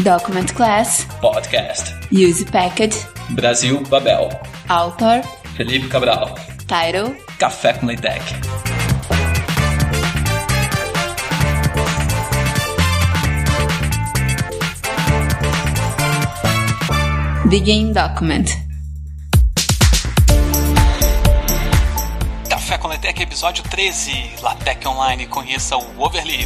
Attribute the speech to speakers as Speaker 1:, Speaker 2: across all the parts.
Speaker 1: Document Class
Speaker 2: Podcast.
Speaker 1: Use Package
Speaker 2: Brasil Babel.
Speaker 1: Author
Speaker 2: Felipe Cabral.
Speaker 1: Title
Speaker 2: Café com LaTeX.
Speaker 1: Begin Document.
Speaker 2: Café com LaTeX, episódio 13. LaTeX Online, conheça o Overleaf.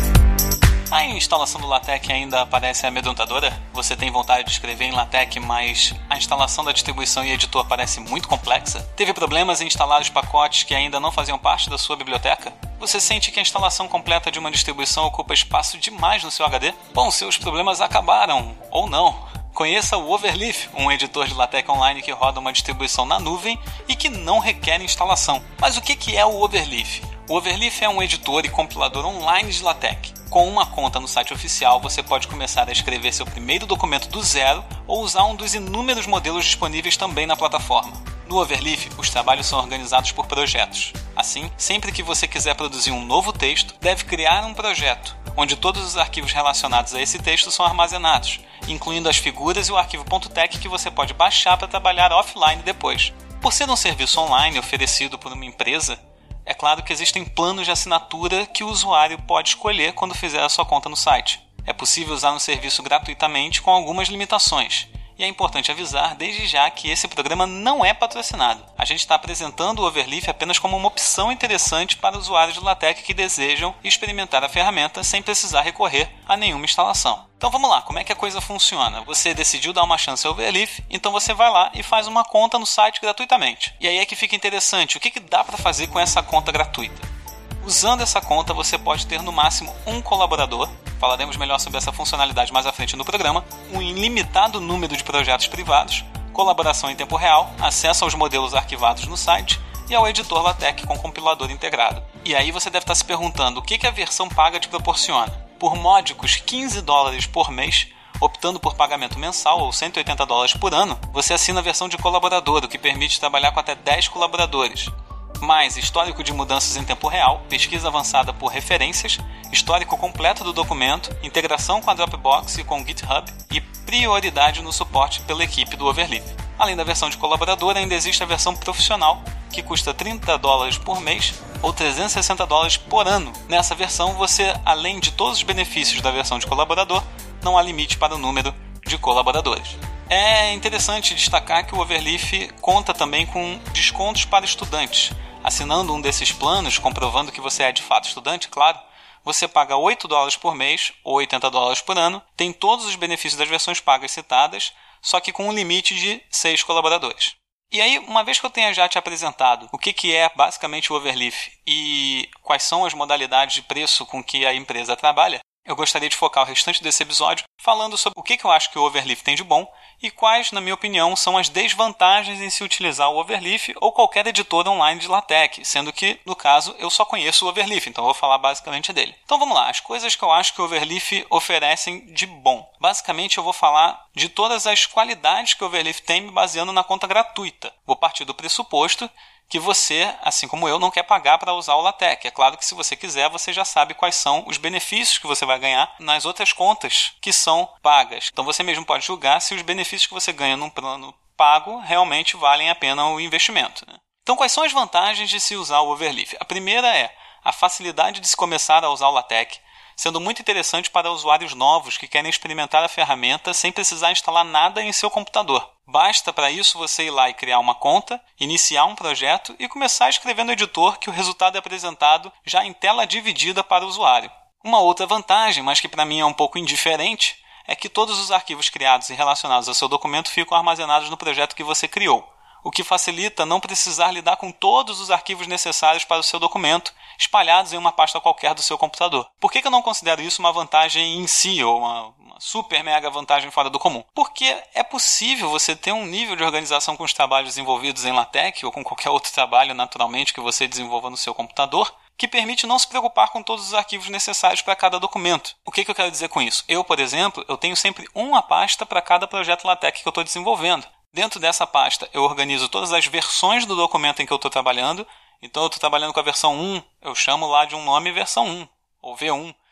Speaker 2: A instalação do LaTeX ainda parece amedrontadora? Você tem vontade de escrever em LaTeX, mas a instalação da distribuição e editor parece muito complexa? Teve problemas em instalar os pacotes que ainda não faziam parte da sua biblioteca? Você sente que a instalação completa de uma distribuição ocupa espaço demais no seu HD? Bom, seus problemas acabaram, ou não. Conheça o Overleaf, um editor de LaTeX online que roda uma distribuição na nuvem e que não requer instalação. Mas o que é o Overleaf? O Overleaf é um editor e compilador online de LaTeX. Com uma conta no site oficial, você pode começar a escrever seu primeiro documento do zero ou usar um dos inúmeros modelos disponíveis também na plataforma. No Overleaf, os trabalhos são organizados por projetos. Assim, sempre que você quiser produzir um novo texto, deve criar um projeto, onde todos os arquivos relacionados a esse texto são armazenados, incluindo as figuras e o arquivo .tex que você pode baixar para trabalhar offline depois. Por ser um serviço online oferecido por uma empresa, é claro que existem planos de assinatura que o usuário pode escolher quando fizer a sua conta no site. É possível usar um serviço gratuitamente com algumas limitações. E é importante avisar desde já que esse programa não é patrocinado. A gente está apresentando o Overleaf apenas como uma opção interessante para usuários de LaTeX que desejam experimentar a ferramenta sem precisar recorrer a nenhuma instalação. Então vamos lá, como é que a coisa funciona? Você decidiu dar uma chance ao Overleaf, então você vai lá e faz uma conta no site gratuitamente. E aí é que fica interessante, o que dá para fazer com essa conta gratuita? Usando essa conta, você pode ter no máximo um colaborador, falaremos melhor sobre essa funcionalidade mais à frente no programa, um ilimitado número de projetos privados, colaboração em tempo real, acesso aos modelos arquivados no site e ao editor LaTeX com compilador integrado. E aí você deve estar se perguntando o que a versão paga te proporciona. Por módicos $15 por mês, optando por pagamento mensal ou $180 por ano, você assina a versão de colaborador, o que permite trabalhar com até 10 colaboradores. Mais histórico de mudanças em tempo real, pesquisa avançada por referências, histórico completo do documento, integração com a Dropbox e com o GitHub e prioridade no suporte pela equipe do Overleaf. Além da versão de colaborador, ainda existe a versão profissional, que custa $30 por mês ou $360 por ano. Nessa versão, você, além de todos os benefícios da versão de colaborador, não há limite para o número de colaboradores. É interessante destacar que o Overleaf conta também com descontos para estudantes. Assinando um desses planos, comprovando que você é de fato estudante, claro, você paga $8 por mês ou $80 por ano, tem todos os benefícios das versões pagas citadas, só que com um limite de 6 colaboradores. E aí, uma vez que eu tenha já te apresentado o que é basicamente o Overleaf e quais são as modalidades de preço com que a empresa trabalha, eu gostaria de focar o restante desse episódio falando sobre o que eu acho que o Overleaf tem de bom e quais, na minha opinião, são as desvantagens em se utilizar o Overleaf ou qualquer editor online de LaTeX, sendo que, no caso, eu só conheço o Overleaf, então eu vou falar basicamente dele. Então vamos lá, as coisas que eu acho que o Overleaf oferecem de bom. Basicamente eu vou falar de todas as qualidades que o Overleaf tem me baseando na conta gratuita. Vou partir do pressuposto que você, assim como eu, não quer pagar para usar o LaTeX. É claro que se você quiser, você já sabe quais são os benefícios que você vai ganhar nas outras contas que são pagas. Então você mesmo pode julgar se os benefícios que você ganha num plano pago realmente valem a pena o investimento, né? Então quais são as vantagens de se usar o Overleaf? A primeira é a facilidade de se começar a usar o LaTeX, sendo muito interessante para usuários novos que querem experimentar a ferramenta sem precisar instalar nada em seu computador. Basta para isso você ir lá e criar uma conta, iniciar um projeto e começar a escrever no editor que o resultado é apresentado já em tela dividida para o usuário. Uma outra vantagem, mas que para mim é um pouco indiferente, é que todos os arquivos criados e relacionados ao seu documento ficam armazenados no projeto que você criou, o que facilita não precisar lidar com todos os arquivos necessários para o seu documento, espalhados em uma pasta qualquer do seu computador. Por que eu não considero isso uma vantagem em si, ou uma super mega vantagem fora do comum? Porque é possível você ter um nível de organização com os trabalhos desenvolvidos em LaTeX, ou com qualquer outro trabalho, naturalmente, que você desenvolva no seu computador, que permite não se preocupar com todos os arquivos necessários para cada documento. O que eu quero dizer com isso? Eu, por exemplo, eu tenho sempre uma pasta para cada projeto LaTeX que eu estou desenvolvendo. Dentro dessa pasta, eu organizo todas as versões do documento em que eu estou trabalhando. Então, eu estou trabalhando com a versão 1, eu chamo lá de um nome versão 1, ou V1.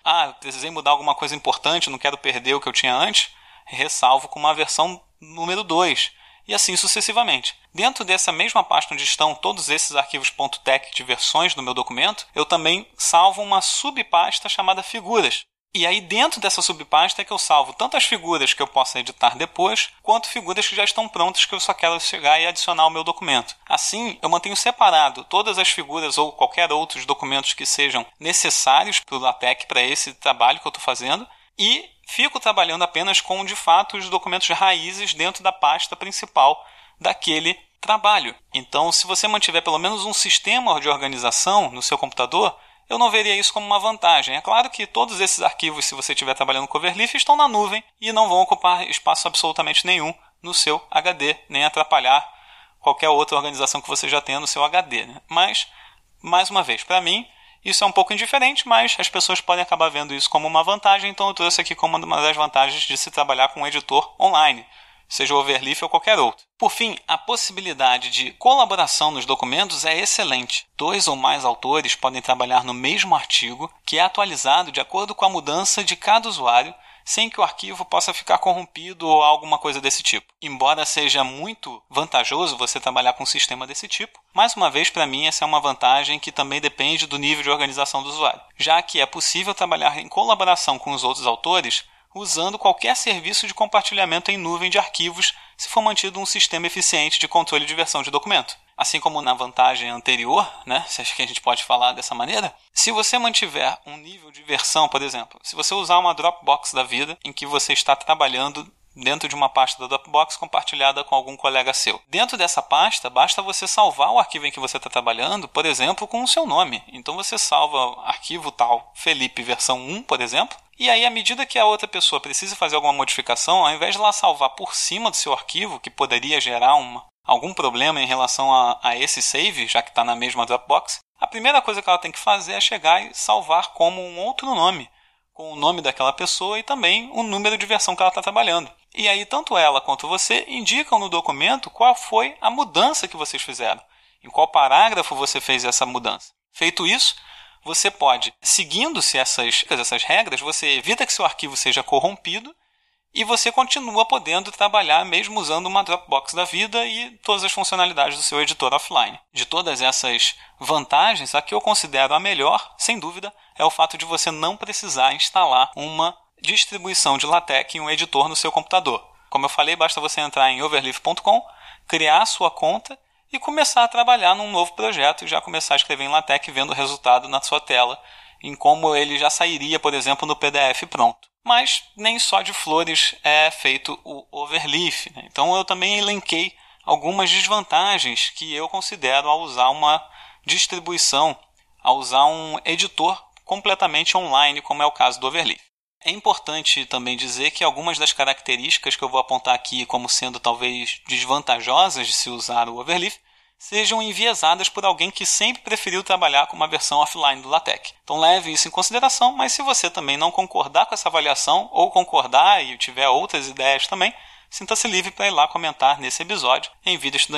Speaker 2: precisei mudar alguma coisa importante, não quero perder o que eu tinha antes, ressalvo com uma versão número 2, e assim sucessivamente. Dentro dessa mesma pasta onde estão todos esses arquivos .tex de versões do meu documento, eu também salvo uma subpasta chamada figuras. E aí dentro dessa subpasta é que eu salvo tanto as figuras que eu possa editar depois, quanto figuras que já estão prontas que eu só quero chegar e adicionar ao meu documento. Assim, eu mantenho separado todas as figuras ou qualquer outros documentos que sejam necessários para o LaTeX, para esse trabalho que eu estou fazendo, e fico trabalhando apenas com, de fato, os documentos raízes dentro da pasta principal daquele trabalho. Então, se você mantiver pelo menos um sistema de organização no seu computador, eu não veria isso como uma vantagem. É claro que todos esses arquivos, se você estiver trabalhando com Overleaf, estão na nuvem e não vão ocupar espaço absolutamente nenhum no seu HD, nem atrapalhar qualquer outra organização que você já tenha no seu HD, né? Mas, mais uma vez, para mim, isso é um pouco indiferente, mas as pessoas podem acabar vendo isso como uma vantagem, então eu trouxe aqui como uma das vantagens de se trabalhar com um editor online, seja o Overleaf ou qualquer outro. Por fim, a possibilidade de colaboração nos documentos é excelente. 2 ou mais autores podem trabalhar no mesmo artigo, que é atualizado de acordo com a mudança de cada usuário, sem que o arquivo possa ficar corrompido ou alguma coisa desse tipo. Embora seja muito vantajoso você trabalhar com um sistema desse tipo, mais uma vez, para mim, essa é uma vantagem que também depende do nível de organização do usuário, já que é possível trabalhar em colaboração com os outros autores usando qualquer serviço de compartilhamento em nuvem de arquivos, se for mantido um sistema eficiente de controle de versão de documento. Assim como na vantagem anterior, né, se acho que a gente pode falar dessa maneira, se você mantiver um nível de versão, por exemplo, se você usar uma Dropbox da vida, em que você está trabalhando dentro de uma pasta da Dropbox compartilhada com algum colega seu. Dentro dessa pasta, basta você salvar o arquivo em que você está trabalhando, por exemplo, com o seu nome. Então você salva arquivo tal, Felipe versão 1, por exemplo, e aí à medida que a outra pessoa precisa fazer alguma modificação, ao invés de ela salvar por cima do seu arquivo, que poderia gerar algum problema em relação a esse save, já que está na mesma Dropbox, a primeira coisa que ela tem que fazer é chegar e salvar como um outro nome, com o nome daquela pessoa e também o número de versão que ela está trabalhando. E aí tanto ela quanto você indicam no documento qual foi a mudança que vocês fizeram, em qual parágrafo você fez essa mudança. Feito isso, você pode, seguindo-se essas regras, você evita que seu arquivo seja corrompido e você continua podendo trabalhar mesmo usando uma Dropbox da vida e todas as funcionalidades do seu editor offline. De todas essas vantagens, a que eu considero a melhor, sem dúvida, é o fato de você não precisar instalar uma distribuição de LaTeX em um editor no seu computador. Como eu falei, basta você entrar em overleaf.com, criar a sua conta e começar a trabalhar num novo projeto e já começar a escrever em LaTeX vendo o resultado na sua tela, em como ele já sairia, por exemplo, no PDF pronto. Mas nem só de flores é feito o Overleaf, né? Então eu também elenquei algumas desvantagens que eu considero ao usar uma distribuição, ao usar um editor completamente online, como é o caso do Overleaf. É importante também dizer que algumas das características que eu vou apontar aqui como sendo talvez desvantajosas de se usar o Overleaf sejam enviesadas por alguém que sempre preferiu trabalhar com uma versão offline do LaTeX. Então leve isso em consideração, mas se você também não concordar com essa avaliação, ou concordar e tiver outras ideias também, sinta-se livre para ir lá comentar nesse episódio em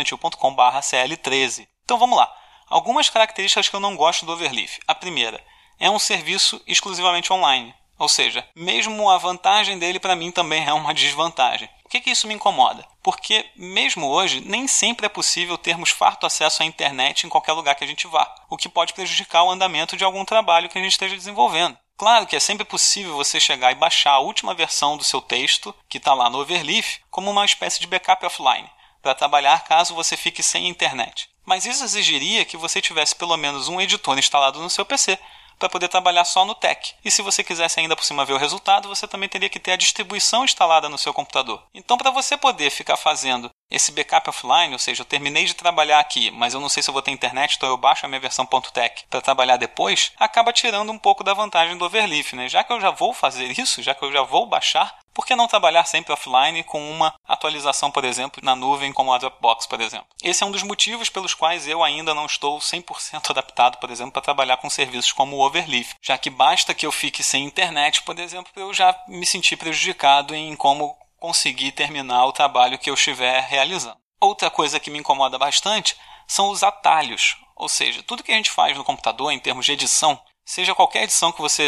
Speaker 2: vidaestudantil.com/cl13. Então vamos lá. Algumas características que eu não gosto do Overleaf. A primeira, é um serviço exclusivamente online. Ou seja, mesmo a vantagem dele para mim também é uma desvantagem. Por que isso me incomoda? Porque mesmo hoje nem sempre é possível termos farto acesso à internet em qualquer lugar que a gente vá, o que pode prejudicar o andamento de algum trabalho que a gente esteja desenvolvendo. Claro que é sempre possível você chegar e baixar a última versão do seu texto, que está lá no Overleaf, como uma espécie de backup offline, para trabalhar caso você fique sem internet. Mas isso exigiria que você tivesse pelo menos um editor instalado no seu PC, para poder trabalhar só no TeX. E se você quisesse ainda por cima ver o resultado, você também teria que ter a distribuição instalada no seu computador. Então, para você poder ficar fazendo esse backup offline, ou seja, eu terminei de trabalhar aqui, mas eu não sei se eu vou ter internet, então eu baixo a minha versão .tex para trabalhar depois, acaba tirando um pouco da vantagem do Overleaf, né? Já que eu já vou fazer isso, já que eu já vou baixar, por que não trabalhar sempre offline com uma atualização, por exemplo, na nuvem como a Dropbox, por exemplo? Esse é um dos motivos pelos quais eu ainda não estou 100% adaptado, por exemplo, para trabalhar com serviços como o Overleaf, já que basta que eu fique sem internet, por exemplo, para eu já me sentir prejudicado em como conseguir terminar o trabalho que eu estiver realizando. Outra coisa que me incomoda bastante são os atalhos, ou seja, tudo que a gente faz no computador em termos de edição, seja qualquer edição que você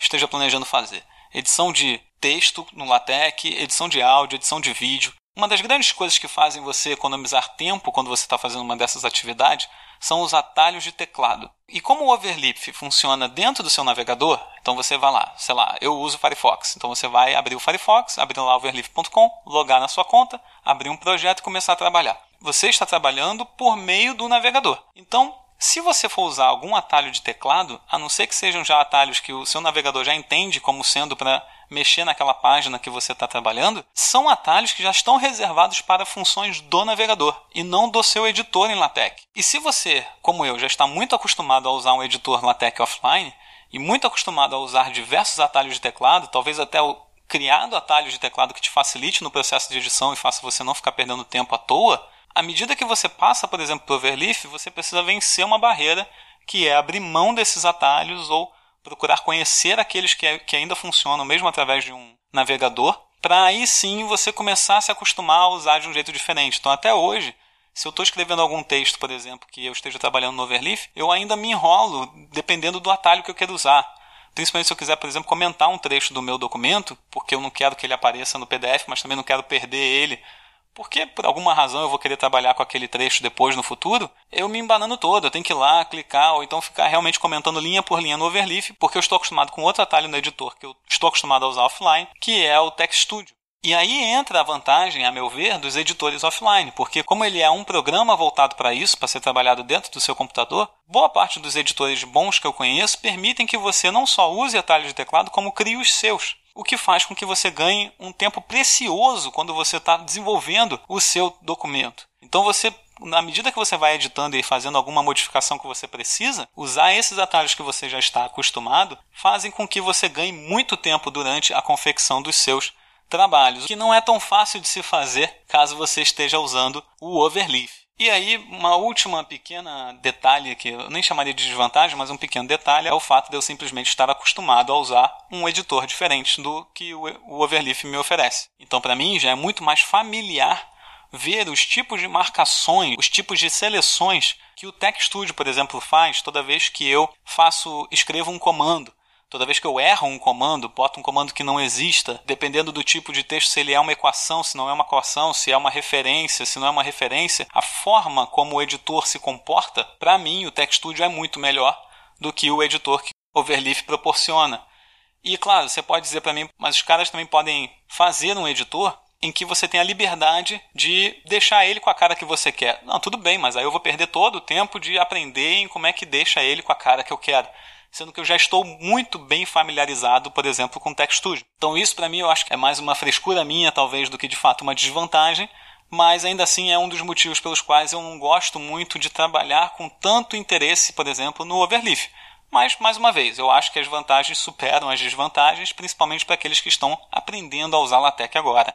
Speaker 2: esteja planejando fazer. Edição de texto no LaTeX, edição de áudio, edição de vídeo. Uma das grandes coisas que fazem você economizar tempo quando você está fazendo uma dessas atividades são os atalhos de teclado. E como o Overleaf funciona dentro do seu navegador, então você vai lá, sei lá, eu uso o Firefox. Então você vai abrir o Firefox, abrir lá overleaf.com, logar na sua conta, abrir um projeto e começar a trabalhar. Você está trabalhando por meio do navegador. Então, se você for usar algum atalho de teclado, a não ser que sejam já atalhos que o seu navegador já entende como sendo para mexer naquela página que você está trabalhando, são atalhos que já estão reservados para funções do navegador e não do seu editor em LaTeX. E se você, como eu, já está muito acostumado a usar um editor LaTeX offline e muito acostumado a usar diversos atalhos de teclado, talvez até o criado atalho de teclado que te facilite no processo de edição e faça você não ficar perdendo tempo à toa, à medida que você passa, por exemplo, para o Overleaf, você precisa vencer uma barreira que é abrir mão desses atalhos ou procurar conhecer aqueles que ainda funcionam, mesmo através de um navegador, para aí sim você começar a se acostumar a usar de um jeito diferente. Então, até hoje, se eu estou escrevendo algum texto, por exemplo, que eu esteja trabalhando no Overleaf, eu ainda me enrolo dependendo do atalho que eu quero usar. Principalmente se eu quiser, por exemplo, comentar um trecho do meu documento, porque eu não quero que ele apareça no PDF, mas também não quero perder ele, porque por alguma razão eu vou querer trabalhar com aquele trecho depois no futuro, eu me embanando todo, eu tenho que ir lá, clicar, ou então ficar realmente comentando linha por linha no Overleaf, porque eu estou acostumado com outro atalho no editor que eu estou acostumado a usar offline, que é o Text Studio. E aí entra a vantagem, a meu ver, dos editores offline, porque como ele é um programa voltado para isso, para ser trabalhado dentro do seu computador, boa parte dos editores bons que eu conheço permitem que você não só use atalhos de teclado, como crie os seus. O que faz com que você ganhe um tempo precioso quando você está desenvolvendo o seu documento. Então você, na medida que você vai editando e fazendo alguma modificação que você precisa, usar esses atalhos que você já está acostumado fazem com que você ganhe muito tempo durante a confecção dos seus trabalhos, o que não é tão fácil de se fazer caso você esteja usando o Overleaf. E aí, uma última pequena detalhe, que eu nem chamaria de desvantagem, mas um pequeno detalhe, é o fato de eu simplesmente estar acostumado a usar um editor diferente do que o Overleaf me oferece. Então, para mim, já é muito mais familiar ver os tipos de marcações, os tipos de seleções que o Text Studio, por exemplo, faz toda vez que eu escrevo um comando. Toda vez que eu erro um comando, boto um comando que não exista, dependendo do tipo de texto, se ele é uma equação, se não é uma equação, se é uma referência, se não é uma referência, a forma como o editor se comporta, para mim, o Text Studio é muito melhor do que o editor que o Overleaf proporciona. E, claro, você pode dizer para mim, mas os caras também podem fazer um editor em que você tem a liberdade de deixar ele com a cara que você quer. Não, tudo bem, mas aí eu vou perder todo o tempo de aprender em como é que deixa ele com a cara que eu quero. Sendo que eu já estou muito bem familiarizado, por exemplo, com o Text Studio. Então isso para mim eu acho que é mais uma frescura minha, talvez, do que de fato uma desvantagem, mas ainda assim é um dos motivos pelos quais eu não gosto muito de trabalhar com tanto interesse, por exemplo, no Overleaf. Mas, mais uma vez, eu acho que as vantagens superam as desvantagens, principalmente para aqueles que estão aprendendo a usar LaTeX agora.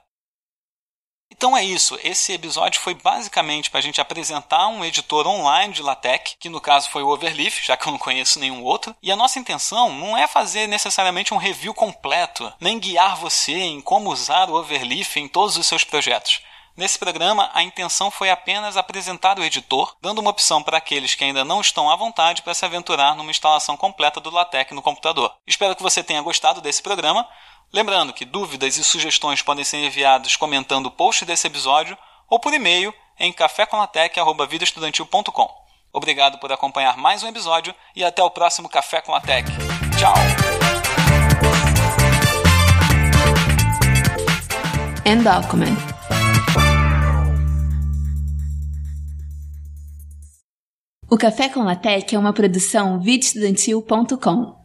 Speaker 2: Então é isso, esse episódio foi basicamente para a gente apresentar um editor online de LaTeX, que no caso foi o Overleaf, já que eu não conheço nenhum outro, e a nossa intenção não é fazer necessariamente um review completo, nem guiar você em como usar o Overleaf em todos os seus projetos. Nesse programa, a intenção foi apenas apresentar o editor, dando uma opção para aqueles que ainda não estão à vontade para se aventurar numa instalação completa do LaTeX no computador. Espero que você tenha gostado desse programa. Lembrando que dúvidas e sugestões podem ser enviadas comentando o post desse episódio ou por e-mail em cafécomlatec@vidaestudantil.com. Obrigado por acompanhar mais um episódio e até o próximo Café com LaTeX. Tchau!
Speaker 1: End document. O Café com LaTeX é uma produção vidaestudantil.com.